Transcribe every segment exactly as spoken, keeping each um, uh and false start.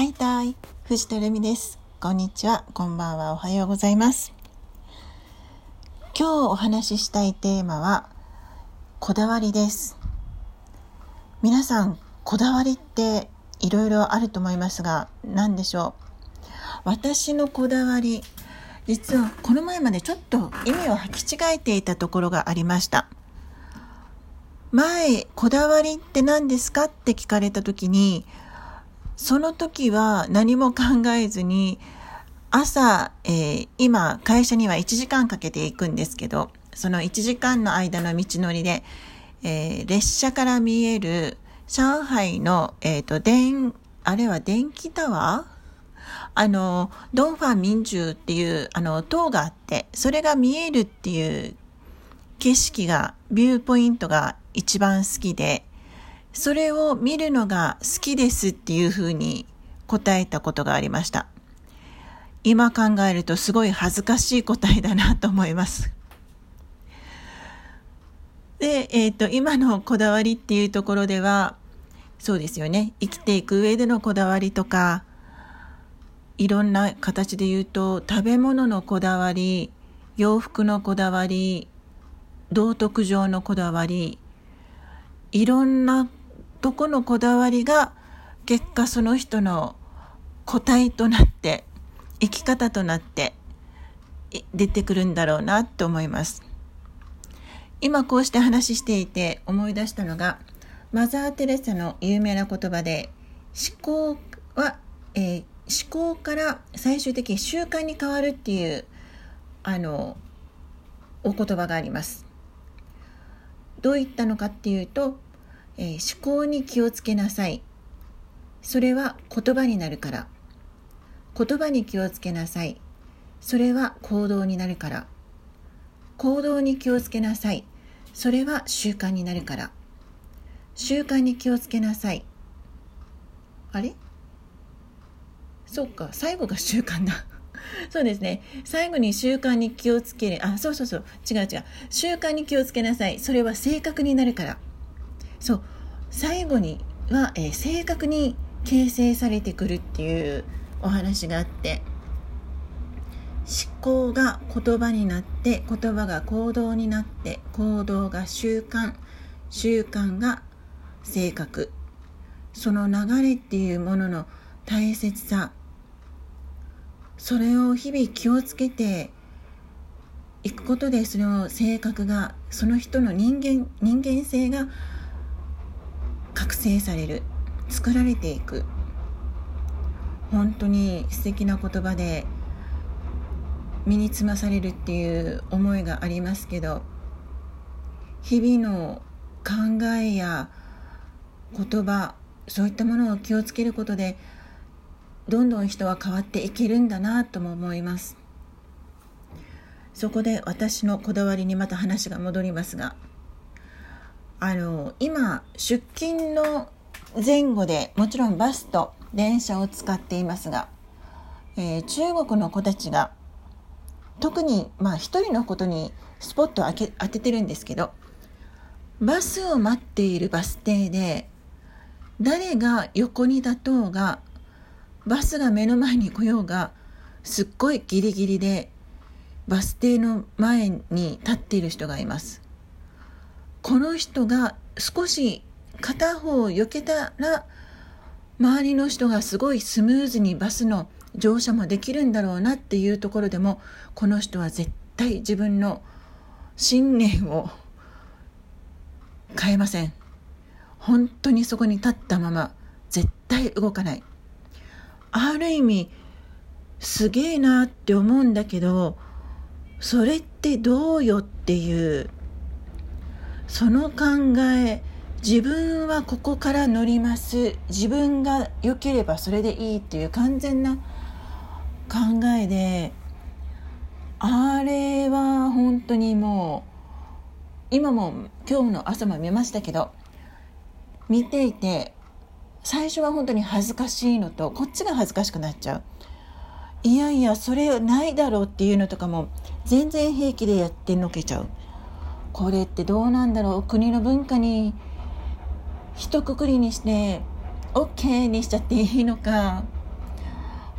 はいたい、藤田留美です。こんにちは、こんばんは、おはようございます。今日お話ししたいテーマはこだわりです。皆さん、こだわりっていろいろあると思いますが、何でしょう。私のこだわり、実はこの前までちょっと意味を履き違えていたところがありました。前、こだわりって何ですかって聞かれた時に、その時は何も考えずに朝、えー、今会社にはいちじかんかけて行くんですけど、そのいちじかんの間の道のりで、えー、列車から見える上海の、えーと、電あれは電気タワーあのドンファン民衆っていうあの塔があって、それが見えるっていう景色がビューポイントが一番好きで、それを見るのが好きですっていうふうに答えたことがありました。今考えるとすごい恥ずかしい答えだなと思います。で、えっと、今のこだわりっていうところでは、そうですよね。生きていく上でのこだわりとか、いろんな形で言うと、食べ物のこだわり、洋服のこだわり、道徳上のこだわり、いろんなどこのこだわりが結果その人の個体となって生き方となって出てくるんだろうなと思います。今こうして話していて思い出したのが、マザー・テレサの有名な言葉で、思考は、えー、思考から最終的に習慣に変わるっていうあのお言葉があります。どういったのかっていうと、えー、思考に気をつけなさい。それは言葉になるから。言葉に気をつけなさい。それは行動になるから。行動に気をつけなさい。それは習慣になるから。習慣に気をつけなさい。あれ？そうか、最後が習慣だ。そうですね。最後に習慣に気をつける。あ、そうそうそう。違う違う。習慣に気をつけなさい。それは性格になるから。そう。最後には、えー、性格に形成されてくるっていうお話があって、思考が言葉になって、言葉が行動になって、行動が習慣、習慣が性格。その流れっていうものの大切さ、それを日々気をつけていくことで、その性格が、その人の人間、人間性が覚醒される、作られていく。本当に素敵な言葉で身につまされるっていう思いがありますけど、日々の考えや言葉、そういったものを気をつけることで、どんどん人は変わっていけるんだなとも思います。そこで私のこだわりにまた話が戻りますが、あの今出勤の前後でもちろんバスと電車を使っていますが、えー、中国の子たちが特にまあ一人のことにスポットを当て、当ててるんですけど、バスを待っているバス停で誰が横に立とうが、バスが目の前に来ようが、すっごいギリギリでバス停の前に立っている人がいます。この人が少し片方避けたら、周りの人がすごいスムーズにバスの乗車もできるんだろうなっていうところでも、この人は絶対自分の信念を変えません。本当にそこに立ったまま絶対動かない。ある意味すげえなって思うんだけど、それってどうよっていう、その考え、自分はここから乗ります、自分が良ければそれでいいっていう完全な考えで、あれは本当にもう今も今日の朝も見ましたけど、見ていて最初は本当に恥ずかしいのと、こっちが恥ずかしくなっちゃう。いやいやそれないだろうっていうのとかも全然平気でやってのけちゃう。これってどうなんだろう、国の文化に一括りにして OK にしちゃっていいのか、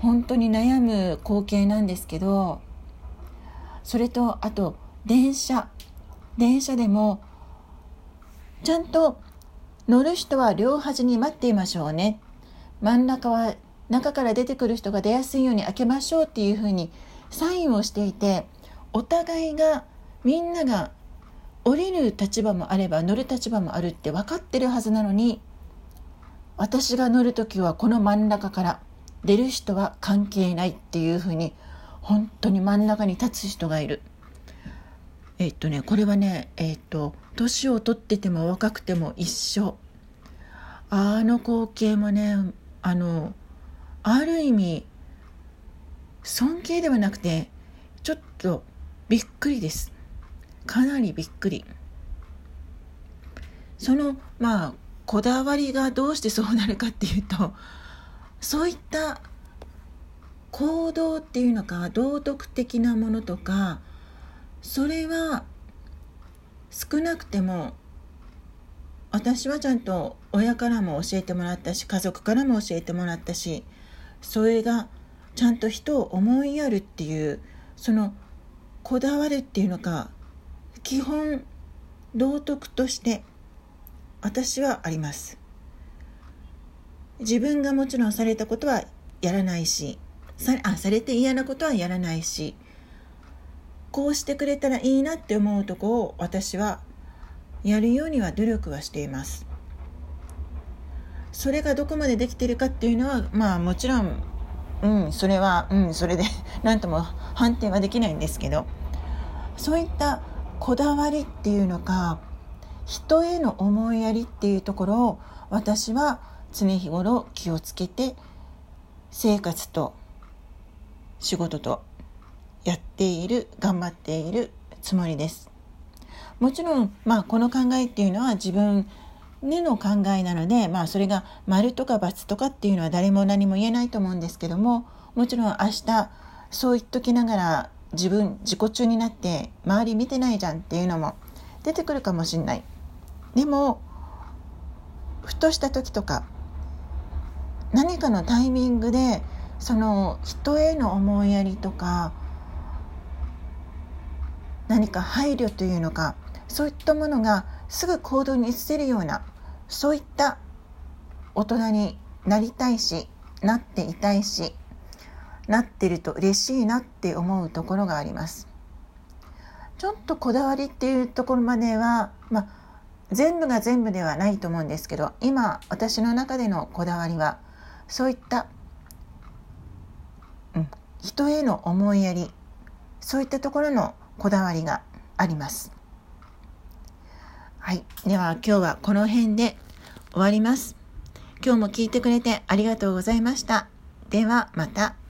本当に悩む光景なんですけど、それとあと電車電車でもちゃんと乗る人は両端に待っていましょうね、真ん中は中から出てくる人が出やすいように開けましょうっていうふうにサインをしていて、お互いがみんなが降りる立場もあれば乗る立場もあるって分かってるはずなのに、私が乗るときはこの真ん中から、出る人は関係ないっていうふうに本当に真ん中に立つ人がいる。えっとねこれはねえっと年を取ってても若くても一緒。あの光景もねあのある意味尊敬ではなくてちょっとびっくりです。かなりびっくり。そのまあこだわりがどうしてそうなるかっていうと、そういった行動っていうのか道徳的なものとか、それは少なくても私はちゃんと親からも教えてもらったし、家族からも教えてもらったし、それがちゃんと人を思いやるっていう、そのこだわるっていうのか、基本道徳として私はあります。自分がもちろんされたことはやらないし、さ, あされて嫌なことはやらないし、こうしてくれたらいいなって思うとこを私はやるようには努力はしています。それがどこまでできているかっていうのはまあもちろん、うん、それは、うん、それで何とも判定はできないんですけど、そういったこだわりっていうのか、人への思いやりっていうところを私は常日頃気をつけて生活と仕事とやっている頑張っているつもりです。もちろん、まあ、この考えっていうのは自分での考えなので、まあ、それが丸とか×とかっていうのは誰も何も言えないと思うんですけども、もちろん明日そう言っときながら自分自己中になって周り見てないじゃんっていうのも出てくるかもしれない。でもふとした時とか何かのタイミングでその人への思いやりとか何か配慮というのか、そういったものがすぐ行動に移せるような、そういった大人になりたいし、なっていたいし、なってると嬉しいなって思うところがあります。ちょっとこだわりっていうところまでは、まあ、全部が全部ではないと思うんですけど、今私の中でのこだわりはそういった、うん、人への思いやり、そういったところのこだわりがあります。はい、では今日はこの辺で終わります。今日も聞いてくれてありがとうございました。ではまた。